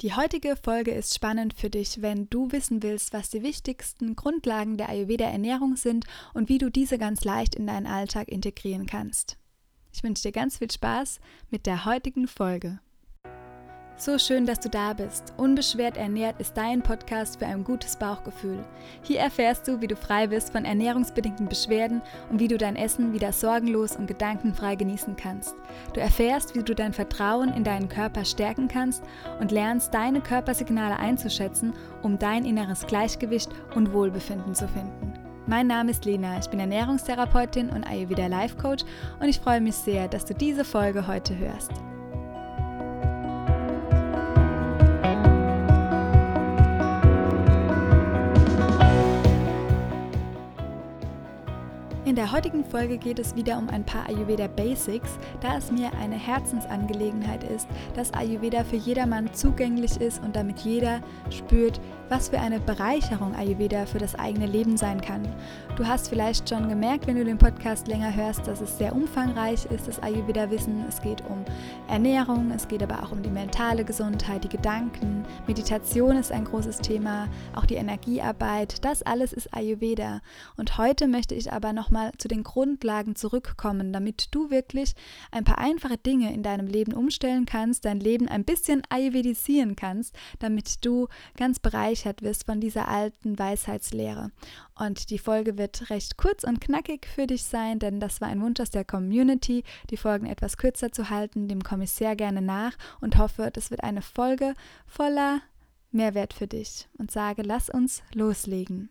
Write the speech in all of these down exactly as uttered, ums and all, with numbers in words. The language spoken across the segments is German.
Die heutige Folge ist spannend für dich, wenn du wissen willst, was die wichtigsten Grundlagen der Ayurveda-Ernährung sind und wie du diese ganz leicht in deinen Alltag integrieren kannst. Ich wünsche dir ganz viel Spaß mit der heutigen Folge. So schön, dass du da bist. Unbeschwert ernährt ist dein Podcast für ein gutes Bauchgefühl. Hier erfährst du, wie du frei bist von ernährungsbedingten Beschwerden und wie du dein Essen wieder sorgenlos und gedankenfrei genießen kannst. Du erfährst, wie du dein Vertrauen in deinen Körper stärken kannst und lernst, deine Körpersignale einzuschätzen, um dein inneres Gleichgewicht und Wohlbefinden zu finden. Mein Name ist Lena, ich bin Ernährungstherapeutin und Ayurveda Life Coach und ich freue mich sehr, dass du diese Folge heute hörst. In der heutigen Folge geht es wieder um ein paar Ayurveda Basics, da es mir eine Herzensangelegenheit ist, dass Ayurveda für jedermann zugänglich ist und damit jeder spürt, was für eine Bereicherung Ayurveda für das eigene Leben sein kann. Du hast vielleicht schon gemerkt, wenn du den Podcast länger hörst, dass es sehr umfangreich ist, das Ayurveda-Wissen. Es geht um Ernährung, es geht aber auch um die mentale Gesundheit, die Gedanken, Meditation ist ein großes Thema, auch die Energiearbeit, das alles ist Ayurveda. Und heute möchte ich aber nochmal zu den Grundlagen zurückkommen, damit du wirklich ein paar einfache Dinge in deinem Leben umstellen kannst, dein Leben ein bisschen ayurvedisieren kannst, damit du ganz bereichert wirst von dieser alten Weisheitslehre. Und die Folge wird recht kurz und knackig für dich sein, denn das war ein Wunsch aus der Community, die Folgen etwas kürzer zu halten. Dem komme ich sehr gerne nach und hoffe, das wird eine Folge voller Mehrwert für dich und sage, lass uns loslegen.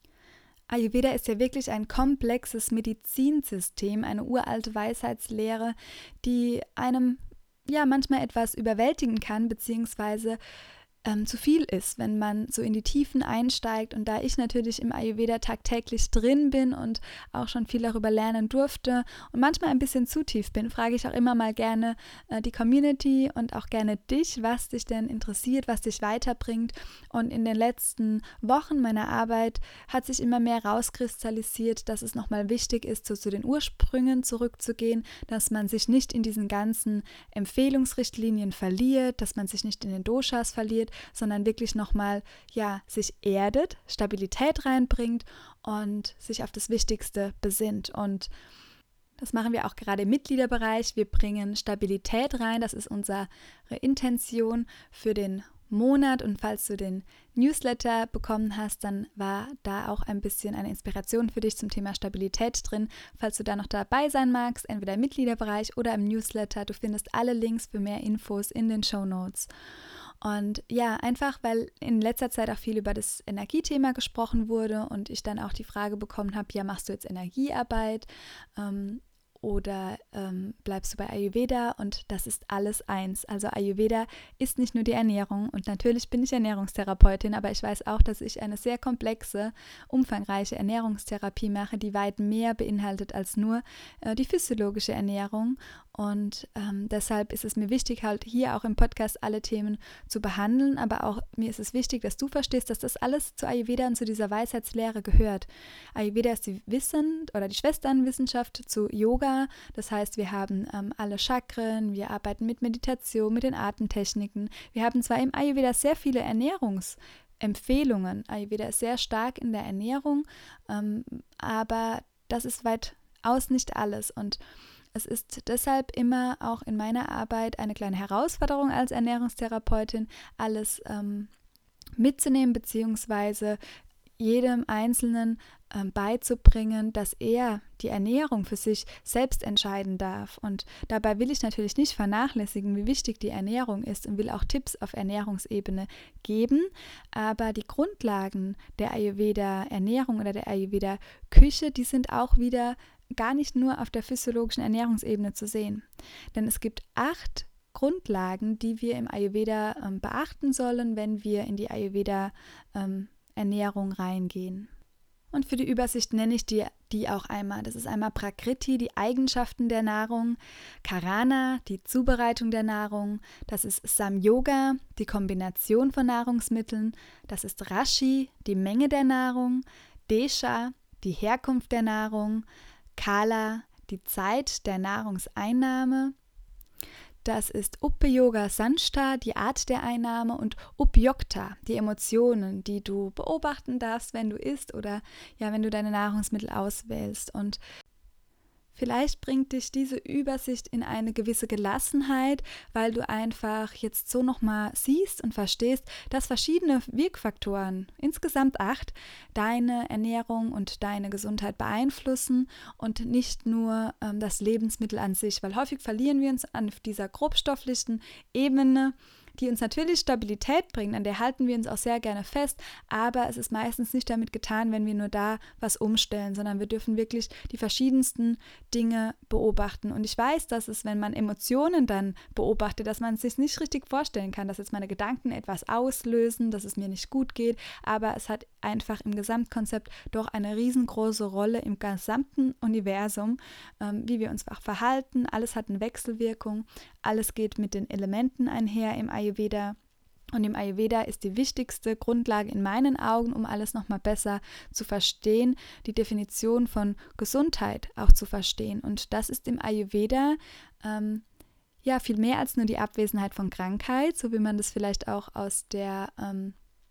Ayurveda ist ja wirklich ein komplexes Medizinsystem, eine uralte Weisheitslehre, die einem ja manchmal etwas überwältigen kann, beziehungsweise ähm, zu viel ist, wenn man so in die Tiefen einsteigt. Und da ich natürlich im Ayurveda tagtäglich drin bin und auch schon viel darüber lernen durfte und manchmal ein bisschen zu tief bin, frage ich auch immer mal gerne äh, die Community und auch gerne dich, was dich denn interessiert, was dich weiterbringt. Und in den letzten Wochen meiner Arbeit hat sich immer mehr rauskristallisiert, dass es nochmal wichtig ist, so zu den Ursprüngen zurückzugehen, dass man sich nicht in diesen ganzen Empfehlungsrichtlinien verliert, dass man sich nicht in den Doshas verliert, sondern wirklich nochmal, ja, sich erdet, Stabilität reinbringt und sich auf das Wichtigste besinnt. Und das machen wir auch gerade im Mitgliederbereich. Wir bringen Stabilität rein, das ist unsere Intention für den Monat. Und falls du den Newsletter bekommen hast, dann war da auch ein bisschen eine Inspiration für dich zum Thema Stabilität drin. Falls du da noch dabei sein magst, entweder im Mitgliederbereich oder im Newsletter, du findest alle Links für mehr Infos in den Shownotes. Und ja, einfach, weil in letzter Zeit auch viel über das Energiethema gesprochen wurde und ich dann auch die Frage bekommen habe, ja, machst du jetzt Energiearbeit ähm, oder ähm, bleibst du bei Ayurveda? Und das ist alles eins. Also Ayurveda ist nicht nur die Ernährung und natürlich bin ich Ernährungstherapeutin, aber ich weiß auch, dass ich eine sehr komplexe, umfangreiche Ernährungstherapie mache, die weit mehr beinhaltet als nur äh, die physiologische Ernährung. Und ähm, deshalb ist es mir wichtig, halt hier auch im Podcast alle Themen zu behandeln, aber auch mir ist es wichtig, dass du verstehst, dass das alles zu Ayurveda und zu dieser Weisheitslehre gehört. Ayurveda ist die Wissen oder die Schwesternwissenschaft zu Yoga, das heißt, wir haben ähm, alle Chakren, wir arbeiten mit Meditation, mit den Atemtechniken. Wir haben zwar im Ayurveda sehr viele Ernährungsempfehlungen, Ayurveda ist sehr stark in der Ernährung, ähm, aber das ist weitaus nicht alles und es ist deshalb immer auch in meiner Arbeit eine kleine Herausforderung als Ernährungstherapeutin, alles ähm, mitzunehmen, beziehungsweise jedem Einzelnen ähm, beizubringen, dass er die Ernährung für sich selbst entscheiden darf. Und dabei will ich natürlich nicht vernachlässigen, wie wichtig die Ernährung ist und will auch Tipps auf Ernährungsebene geben. Aber die Grundlagen der Ayurveda-Ernährung oder der Ayurveda-Küche, die sind auch wieder gar nicht nur auf der physiologischen Ernährungsebene zu sehen. Denn es gibt acht Grundlagen, die wir im Ayurveda ähm, beachten sollen, wenn wir in die Ayurveda-Ernährung ähm, reingehen. Und für die Übersicht nenne ich die, die auch einmal. Das ist einmal Prakriti, die Eigenschaften der Nahrung, Karana, die Zubereitung der Nahrung, das ist Samyoga, die Kombination von Nahrungsmitteln, das ist Rashi, die Menge der Nahrung, Desha, die Herkunft der Nahrung, Kala, die Zeit der Nahrungseinnahme, Das ist Uppa-Yoga Sanshta, die Art der Einnahme, und Upyokta, die Emotionen, die du beobachten darfst, wenn du isst oder ja, wenn du deine Nahrungsmittel auswählst. Und vielleicht bringt dich diese Übersicht in eine gewisse Gelassenheit, weil du einfach jetzt so nochmal siehst und verstehst, dass verschiedene Wirkfaktoren, insgesamt acht, deine Ernährung und deine Gesundheit beeinflussen und nicht nur ähm, das Lebensmittel an sich, weil häufig verlieren wir uns an dieser grobstofflichen Ebene, die uns natürlich Stabilität bringt, an der halten wir uns auch sehr gerne fest, aber es ist meistens nicht damit getan, wenn wir nur da was umstellen, sondern wir dürfen wirklich die verschiedensten Dinge beobachten. Und ich weiß, dass es, wenn man Emotionen dann beobachtet, dass man es sich nicht richtig vorstellen kann, dass jetzt meine Gedanken etwas auslösen, dass es mir nicht gut geht, aber es hat einfach im Gesamtkonzept doch eine riesengroße Rolle im gesamten Universum, ähm, wie wir uns auch verhalten. Alles hat eine Wechselwirkung, alles geht mit den Elementen einher im Ayurveda. Und im Ayurveda ist die wichtigste Grundlage in meinen Augen, um alles nochmal besser zu verstehen, die Definition von Gesundheit auch zu verstehen. Und das ist im Ayurveda ähm, ja viel mehr als nur die Abwesenheit von Krankheit, so wie man das vielleicht auch aus der ähm,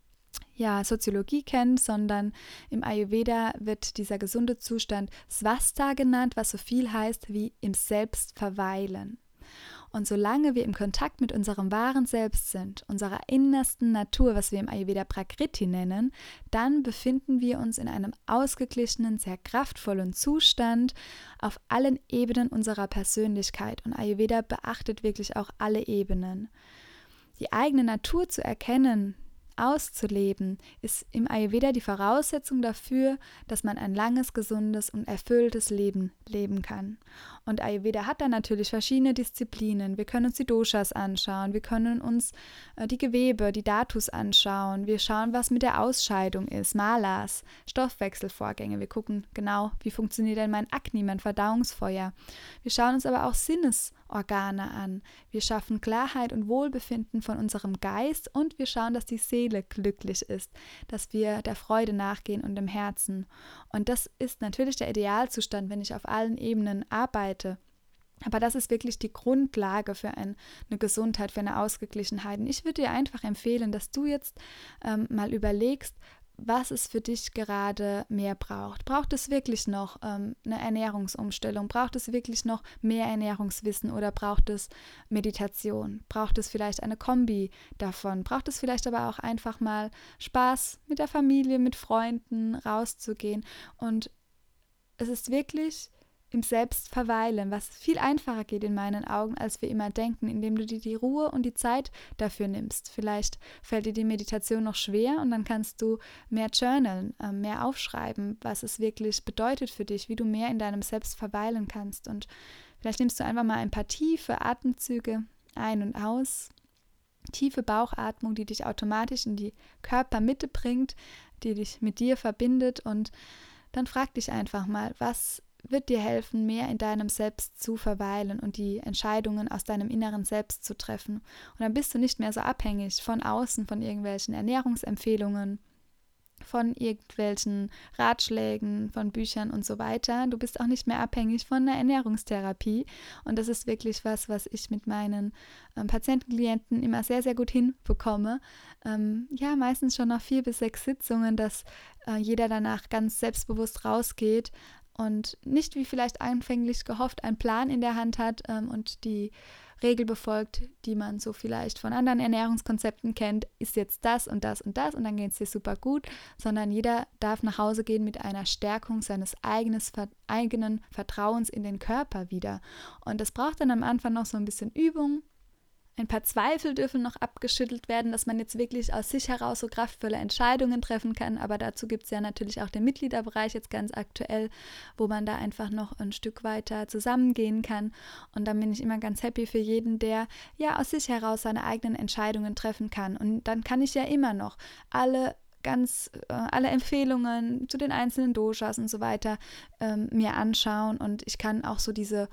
ja, Soziologie kennt, sondern im Ayurveda wird dieser gesunde Zustand Swastha genannt, was so viel heißt wie im Selbst verweilen. Und solange wir im Kontakt mit unserem wahren Selbst sind, unserer innersten Natur, was wir im Ayurveda Prakriti nennen, dann befinden wir uns in einem ausgeglichenen, sehr kraftvollen Zustand auf allen Ebenen unserer Persönlichkeit. Und Ayurveda beachtet wirklich auch alle Ebenen. Die eigene Natur zu erkennen, auszuleben, ist im Ayurveda die Voraussetzung dafür, dass man ein langes, gesundes und erfülltes Leben leben kann. Und Ayurveda hat da natürlich verschiedene Disziplinen. Wir können uns die Doshas anschauen, wir können uns äh, die Gewebe, die Dhatus anschauen, wir schauen, was mit der Ausscheidung ist, Malas, Stoffwechselvorgänge. Wir gucken genau, wie funktioniert denn mein Agni, mein Verdauungsfeuer. Wir schauen uns aber auch Sinnesorgane an. Wir schaffen Klarheit und Wohlbefinden von unserem Geist und wir schauen, dass die Seele glücklich ist, dass wir der Freude nachgehen und dem Herzen. Und das ist natürlich der Idealzustand, wenn ich auf allen Ebenen arbeite. Aber das ist wirklich die Grundlage für ein, eine Gesundheit, für eine Ausgeglichenheit. Und ich würde dir einfach empfehlen, dass du jetzt ähm, mal überlegst, was es für dich gerade mehr braucht. Braucht es wirklich noch ähm, eine Ernährungsumstellung? Braucht es wirklich noch mehr Ernährungswissen oder braucht es Meditation? Braucht es vielleicht eine Kombi davon? Braucht es vielleicht aber auch einfach mal Spaß mit der Familie, mit Freunden rauszugehen? Und es ist wirklich im Selbst verweilen, was viel einfacher geht in meinen Augen, als wir immer denken, indem du dir die Ruhe und die Zeit dafür nimmst. Vielleicht fällt dir die Meditation noch schwer und dann kannst du mehr journalen, äh, mehr aufschreiben, was es wirklich bedeutet für dich, wie du mehr in deinem Selbst verweilen kannst. Und vielleicht nimmst du einfach mal ein paar tiefe Atemzüge ein und aus, tiefe Bauchatmung, die dich automatisch in die Körpermitte bringt, die dich mit dir verbindet, und dann frag dich einfach mal, was wird dir helfen, mehr in deinem Selbst zu verweilen und die Entscheidungen aus deinem inneren Selbst zu treffen. Und dann bist du nicht mehr so abhängig von außen, von irgendwelchen Ernährungsempfehlungen, von irgendwelchen Ratschlägen, von Büchern und so weiter. Du bist auch nicht mehr abhängig von einer Ernährungstherapie. Und das ist wirklich was, was ich mit meinen ähm, Patienten, Klienten immer sehr, sehr gut hinbekomme. Ähm, ja, meistens schon nach vier bis sechs Sitzungen, dass äh, jeder danach ganz selbstbewusst rausgeht und nicht, wie vielleicht anfänglich gehofft, einen Plan in der Hand hat ähm, und die Regel befolgt, die man so vielleicht von anderen Ernährungskonzepten kennt, ist jetzt das und das und das und dann geht es dir super gut, sondern jeder darf nach Hause gehen mit einer Stärkung seines eigenes, eigenen Vertrauens in den Körper wieder. Und das braucht dann am Anfang noch so ein bisschen Übung. Ein paar Zweifel dürfen noch abgeschüttelt werden, dass man jetzt wirklich aus sich heraus so kraftvolle Entscheidungen treffen kann. Aber dazu gibt es ja natürlich auch den Mitgliederbereich jetzt ganz aktuell, wo man da einfach noch ein Stück weiter zusammengehen kann. Und dann bin ich immer ganz happy für jeden, der ja aus sich heraus seine eigenen Entscheidungen treffen kann. Und dann kann ich ja immer noch alle ganz äh, alle Empfehlungen zu den einzelnen Doshas und so weiter ähm, mir anschauen. Und ich kann auch so diese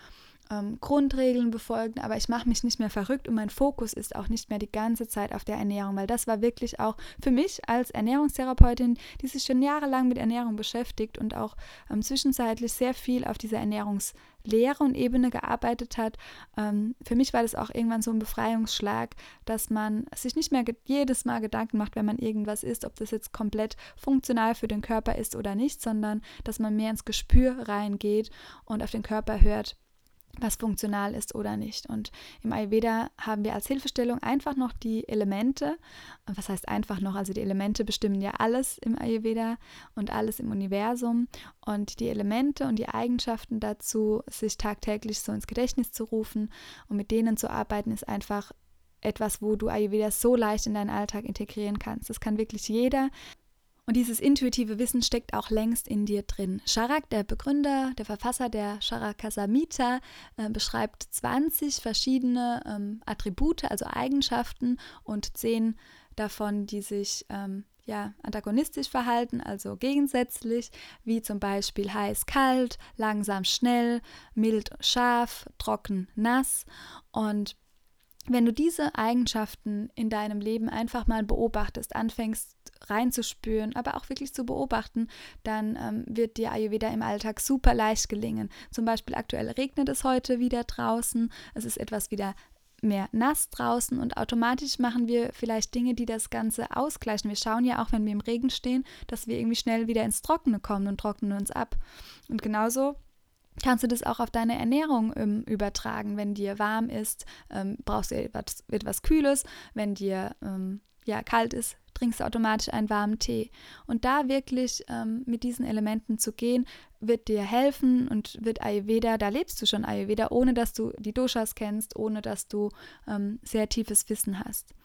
ähm, Grundregeln befolgen, aber ich mache mich nicht mehr verrückt und mein Fokus ist auch nicht mehr die ganze Zeit auf der Ernährung, weil das war wirklich auch für mich als Ernährungstherapeutin, die sich schon jahrelang mit Ernährung beschäftigt und auch ähm, zwischenzeitlich sehr viel auf dieser Ernährungslehre und Ebene gearbeitet hat. Ähm, für mich war das auch irgendwann so ein Befreiungsschlag, dass man sich nicht mehr ge- jedes Mal Gedanken macht, wenn man irgendwas isst, ob das jetzt komplett funktional für den Körper ist oder nicht, sondern dass man mehr ins Gespür reingeht und auf den Körper hört, was funktional ist oder nicht. Und im Ayurveda haben wir als Hilfestellung einfach noch die Elemente. Was heißt einfach noch? Also die Elemente bestimmen ja alles im Ayurveda und alles im Universum. Und die Elemente und die Eigenschaften dazu, sich tagtäglich so ins Gedächtnis zu rufen und mit denen zu arbeiten, ist einfach etwas, wo du Ayurveda so leicht in deinen Alltag integrieren kannst. Das kann wirklich jeder. Und dieses intuitive Wissen steckt auch längst in dir drin. Charak, der Begründer, der Verfasser der Charaka-Samhita, äh, beschreibt zwanzig verschiedene ähm, Attribute, also Eigenschaften und zehn davon, die sich ähm, ja, antagonistisch verhalten, also gegensätzlich, wie zum Beispiel heiß-kalt, langsam-schnell, mild-scharf, trocken-nass. Und wenn du diese Eigenschaften in deinem Leben einfach mal beobachtest, anfängst reinzuspüren, aber auch wirklich zu beobachten, dann ähm, wird dir Ayurveda im Alltag super leicht gelingen. Zum Beispiel aktuell regnet es heute wieder draußen, es ist etwas wieder mehr nass draußen und automatisch machen wir vielleicht Dinge, die das Ganze ausgleichen. Wir schauen ja auch, wenn wir im Regen stehen, dass wir irgendwie schnell wieder ins Trockene kommen und trocknen uns ab. Und genauso kannst du das auch auf deine Ernährung ähm, übertragen. Wenn dir warm ist, ähm, brauchst du etwas, etwas Kühles. Wenn dir ähm, ja, kalt ist, trinkst du automatisch einen warmen Tee. Und da wirklich ähm, mit diesen Elementen zu gehen, wird dir helfen und wird Ayurveda, da lebst du schon Ayurveda, ohne dass du die Doshas kennst, ohne dass du ähm, sehr tiefes Wissen hast.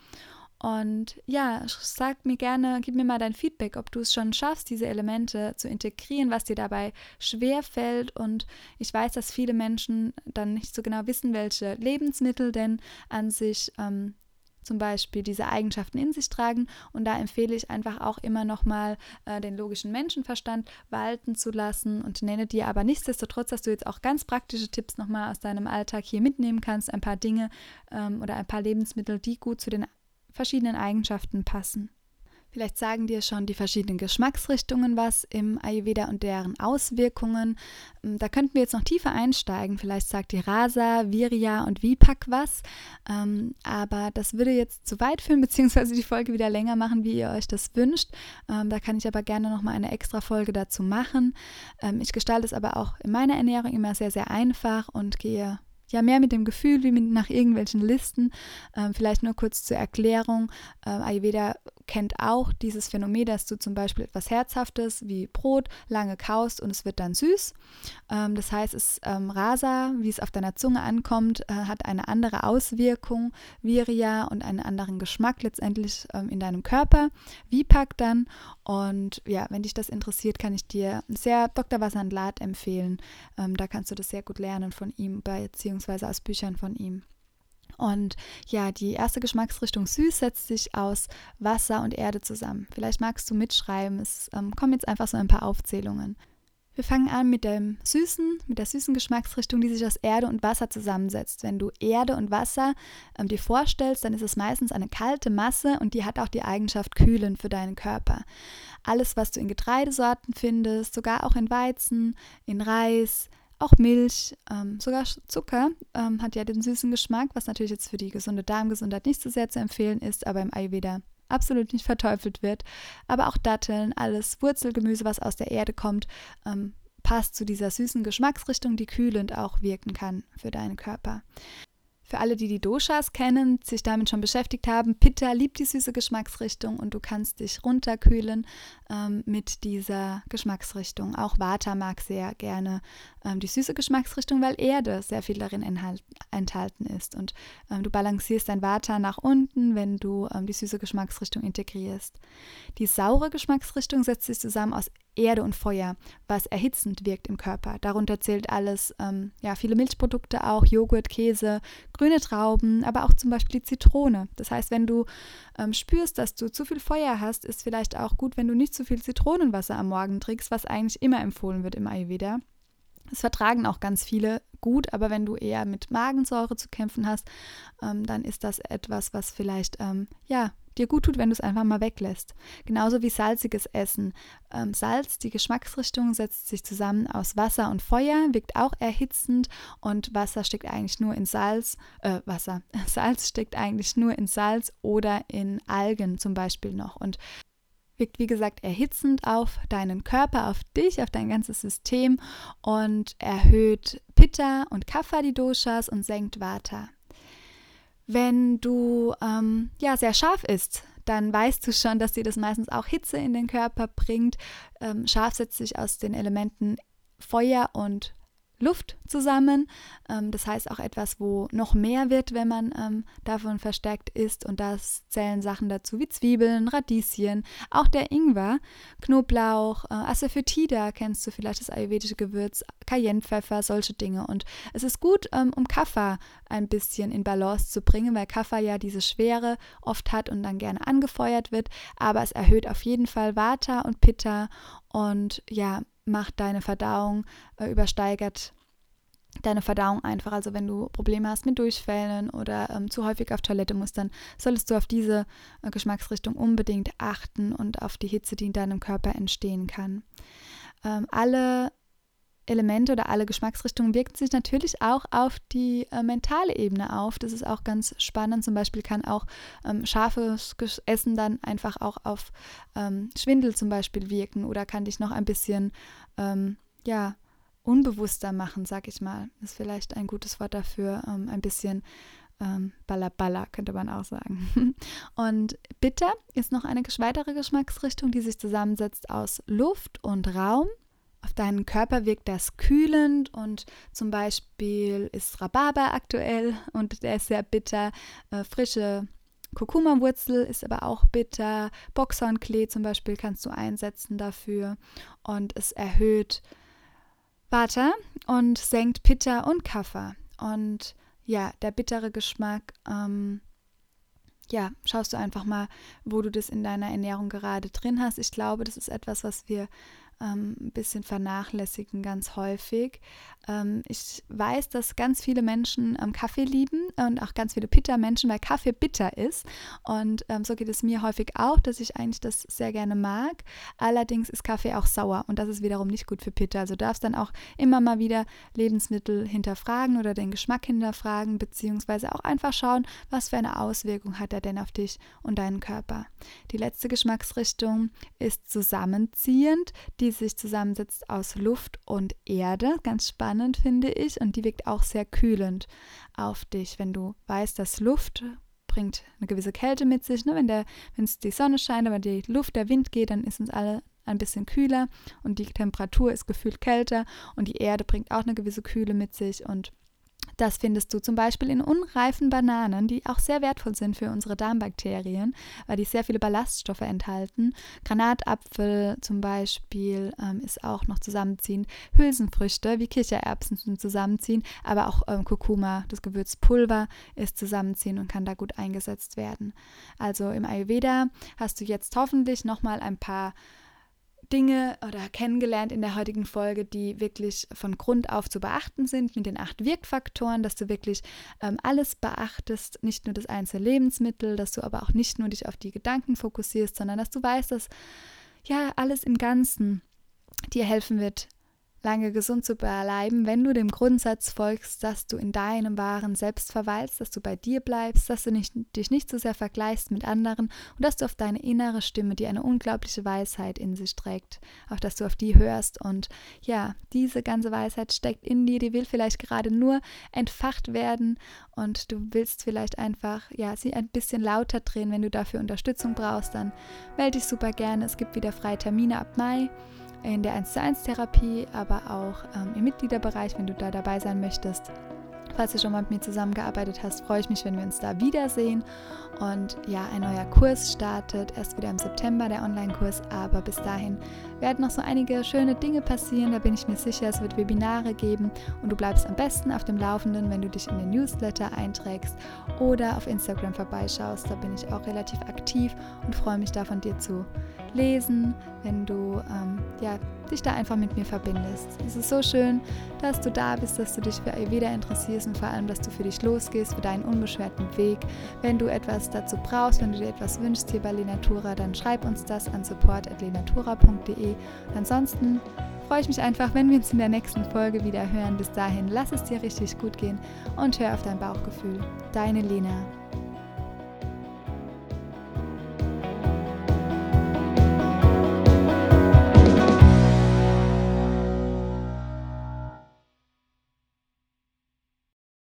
Und ja, sag mir gerne, gib mir mal dein Feedback, ob du es schon schaffst, diese Elemente zu integrieren, was dir dabei schwer fällt. Und ich weiß, dass viele Menschen dann nicht so genau wissen, welche Lebensmittel denn an sich ähm, zum Beispiel diese Eigenschaften in sich tragen. Und da empfehle ich einfach auch immer nochmal äh, den logischen Menschenverstand walten zu lassen und nenne dir aber nichtsdestotrotz, dass du jetzt auch ganz praktische Tipps nochmal aus deinem Alltag hier mitnehmen kannst, ein paar Dinge ähm, oder ein paar Lebensmittel, die gut zu den verschiedenen Eigenschaften passen. Vielleicht sagen dir schon die verschiedenen Geschmacksrichtungen was im Ayurveda und deren Auswirkungen. Da könnten wir jetzt noch tiefer einsteigen. Vielleicht sagt dir Rasa, Virya und Vipak was. Ähm, aber das würde jetzt zu weit führen, beziehungsweise die Folge wieder länger machen, wie ihr euch das wünscht. Ähm, da kann ich aber gerne nochmal eine extra Folge dazu machen. Ähm, ich gestalte es aber auch in meiner Ernährung immer sehr, sehr einfach und gehe ja mehr mit dem Gefühl wie mit nach irgendwelchen Listen. Ähm, vielleicht nur kurz zur Erklärung. Ähm, Ayurveda kennt auch dieses Phänomen, dass du zum Beispiel etwas Herzhaftes wie Brot lange kaust und es wird dann süß. Ähm, das heißt, es ähm, Rasa, wie es auf deiner Zunge ankommt, äh, hat eine andere Auswirkung, Virya und einen anderen Geschmack letztendlich ähm, in deinem Körper. Vipak dann. Und ja, wenn dich das interessiert, kann ich dir sehr Doktor Vasant empfehlen. Ähm, da kannst du das sehr gut lernen von ihm, beziehungsweise aus Büchern von ihm. Und ja, die erste Geschmacksrichtung süß setzt sich aus Wasser und Erde zusammen. Vielleicht magst du mitschreiben, es ähm, kommen jetzt einfach so ein paar Aufzählungen. Wir fangen an mit dem süßen, mit der süßen Geschmacksrichtung, die sich aus Erde und Wasser zusammensetzt. Wenn du Erde und Wasser ähm, dir vorstellst, dann ist es meistens eine kalte Masse und die hat auch die Eigenschaft kühlend für deinen Körper. Alles, was du in Getreidesorten findest, sogar auch in Weizen, in Reis, auch Milch, ähm, sogar Zucker ähm, hat ja den süßen Geschmack, was natürlich jetzt für die gesunde Darmgesundheit nicht so sehr zu empfehlen ist, aber im Ayurveda absolut nicht verteufelt wird. Aber auch Datteln, alles Wurzelgemüse, was aus der Erde kommt, ähm, passt zu dieser süßen Geschmacksrichtung, die kühlend auch wirken kann für deinen Körper. Für alle, die die Doshas kennen, sich damit schon beschäftigt haben, Pitta liebt die süße Geschmacksrichtung und du kannst dich runterkühlen ähm, mit dieser Geschmacksrichtung. Auch Vata mag sehr gerne ähm, die süße Geschmacksrichtung, weil Erde sehr viel darin enthalt, enthalten ist. Und ähm, du balancierst dein Vata nach unten, wenn du ähm, die süße Geschmacksrichtung integrierst. Die saure Geschmacksrichtung setzt sich zusammen aus Erde und Feuer, was erhitzend wirkt im Körper. Darunter zählt alles, ähm, ja, viele Milchprodukte auch, Joghurt, Käse, grüne Trauben, aber auch zum Beispiel die Zitrone. Das heißt, wenn du ähm, spürst, dass du zu viel Feuer hast, ist vielleicht auch gut, wenn du nicht zu viel Zitronenwasser am Morgen trinkst, was eigentlich immer empfohlen wird im Ayurveda. Es vertragen auch ganz viele gut, aber wenn du eher mit Magensäure zu kämpfen hast, ähm, dann ist das etwas, was vielleicht ähm, ja, dir gut tut, wenn du es einfach mal weglässt. Genauso wie salziges Essen. Ähm, Salz, die Geschmacksrichtung, setzt sich zusammen aus Wasser und Feuer, wirkt auch erhitzend und Wasser steckt eigentlich nur in Salz, äh, Wasser, Salz steckt eigentlich nur in Salz oder in Algen zum Beispiel noch und wirkt, wie gesagt, erhitzend auf deinen Körper, auf dich, auf dein ganzes System und erhöht Pitta und Kapha, die Doshas, und senkt Vata. Wenn du ähm, ja, sehr scharf isst, dann weißt du schon, dass dir das meistens auch Hitze in den Körper bringt. Ähm, scharf setzt sich aus den Elementen Feuer und Luft zusammen. Ähm, das heißt auch etwas, wo noch mehr wird, wenn man ähm, davon verstärkt isst. Und da zählen Sachen dazu wie Zwiebeln, Radieschen, auch der Ingwer, Knoblauch, äh, Asafoetida, kennst du vielleicht, das ayurvedische Gewürz, Cayennepfeffer, solche Dinge. Und es ist gut, ähm, um Kapha ein bisschen in Balance zu bringen, weil Kapha ja diese Schwere oft hat und dann gerne angefeuert wird. Aber es erhöht auf jeden Fall Vata und Pitta und ja, macht deine Verdauung, äh, übersteigert deine Verdauung einfach. Also wenn du Probleme hast mit Durchfällen oder ähm, zu häufig auf Toilette musst, dann solltest du auf diese äh, Geschmacksrichtung unbedingt achten und auf die Hitze, die in deinem Körper entstehen kann. Ähm, alle Elemente oder alle Geschmacksrichtungen wirken sich natürlich auch auf die äh, mentale Ebene auf. Das ist auch ganz spannend. Zum Beispiel kann auch ähm, scharfes Essen dann einfach auch auf ähm, Schwindel zum Beispiel wirken oder kann dich noch ein bisschen ähm, ja, unbewusster machen, sag ich mal. Das ist vielleicht ein gutes Wort dafür, ähm, ein bisschen ähm, Balla Balla, könnte man auch sagen. Und bitter ist noch eine weitere Geschmacksrichtung, die sich zusammensetzt aus Luft und Raum. Auf deinen Körper wirkt das kühlend und zum Beispiel ist Rhabarber aktuell und der ist sehr bitter. Äh, frische Kurkuma-Wurzel ist aber auch bitter. Boxhornklee zum Beispiel kannst du einsetzen dafür und es erhöht Vata und senkt Pitta und Kapha. Und ja, der bittere Geschmack, ähm, ja, schaust du einfach mal, wo du das in deiner Ernährung gerade drin hast. Ich glaube, das ist etwas, was wir ähm, ein bisschen vernachlässigen ganz häufig. Ähm, ich weiß, dass ganz viele Menschen ähm, Kaffee lieben und auch ganz viele Pitta-Menschen, weil Kaffee bitter ist. Und ähm, so geht es mir häufig auch, dass ich eigentlich das sehr gerne mag. Allerdings ist Kaffee auch sauer und das ist wiederum nicht gut für Pitta. Also du darfst dann auch immer mal wieder Lebensmittel hinterfragen oder den Geschmack hinterfragen, beziehungsweise auch einfach schauen, was für eine Auswirkung hat er denn auf dich und deinen Körper. Die letzte Geschmacksrichtung ist zusammenziehend, die sich zusammensetzt aus Luft und Erde. Ganz spannend, finde ich. Und die wirkt auch sehr kühlend auf dich, wenn du weißt, dass Luft bringt eine gewisse Kälte mit sich. Ne? Wenn der, wenn es die Sonne scheint, aber die Luft, der Wind geht, dann ist uns alle ein bisschen kühler und die Temperatur ist gefühlt kälter und die Erde bringt auch eine gewisse Kühle mit sich und das findest du zum Beispiel in unreifen Bananen, die auch sehr wertvoll sind für unsere Darmbakterien, weil die sehr viele Ballaststoffe enthalten. Granatapfel zum Beispiel ähm, ist auch noch zusammenziehend. Hülsenfrüchte wie Kichererbsen sind zusammenziehend, aber auch ähm, Kurkuma, das Gewürzpulver, ist zusammenziehend und kann da gut eingesetzt werden. Also im Ayurveda hast du jetzt hoffentlich nochmal ein paar Dinge oder kennengelernt in der heutigen Folge, die wirklich von Grund auf zu beachten sind mit den acht Wirkfaktoren, dass du wirklich ähm, alles beachtest, nicht nur das einzelne Lebensmittel, dass du aber auch nicht nur dich auf die Gedanken fokussierst, sondern dass du weißt, dass ja alles im Ganzen dir helfen wird, lange gesund zu bleiben, wenn du dem Grundsatz folgst, dass du in deinem wahren Selbst verweilst, dass du bei dir bleibst, dass du nicht, dich nicht so sehr vergleichst mit anderen und dass du auf deine innere Stimme, die eine unglaubliche Weisheit in sich trägt, auch dass du auf die hörst und ja, diese ganze Weisheit steckt in dir, die will vielleicht gerade nur entfacht werden und du willst vielleicht einfach, ja, sie ein bisschen lauter drehen. Wenn du dafür Unterstützung brauchst, dann melde dich super gerne. Es gibt wieder freie Termine ab Mai in der eins zu eins Therapie, aber auch ähm, im Mitgliederbereich, wenn du da dabei sein möchtest. Falls du schon mal mit mir zusammengearbeitet hast, freue ich mich, wenn wir uns da wiedersehen. Und ja, ein neuer Kurs startet erst wieder im September, der Online-Kurs, aber bis dahin werden noch so einige schöne Dinge passieren, da bin ich mir sicher. Es wird Webinare geben und du bleibst am besten auf dem Laufenden, wenn du dich in den Newsletter einträgst oder auf Instagram vorbeischaust. Da bin ich auch relativ aktiv und freue mich da von dir zu lesen, wenn du ähm, ja, dich da einfach mit mir verbindest. Es ist so schön, dass du da bist, dass du dich für Ayurveda interessierst und vor allem, dass du für dich losgehst, für deinen unbeschwerten Weg. Wenn du etwas dazu brauchst, wenn du dir etwas wünschst hier bei Lenatura, dann schreib uns das an support at lenatura punkt de. Und ansonsten freue ich mich einfach, wenn wir uns in der nächsten Folge wieder hören. Bis dahin, lass es dir richtig gut gehen und hör auf dein Bauchgefühl. Deine Lena.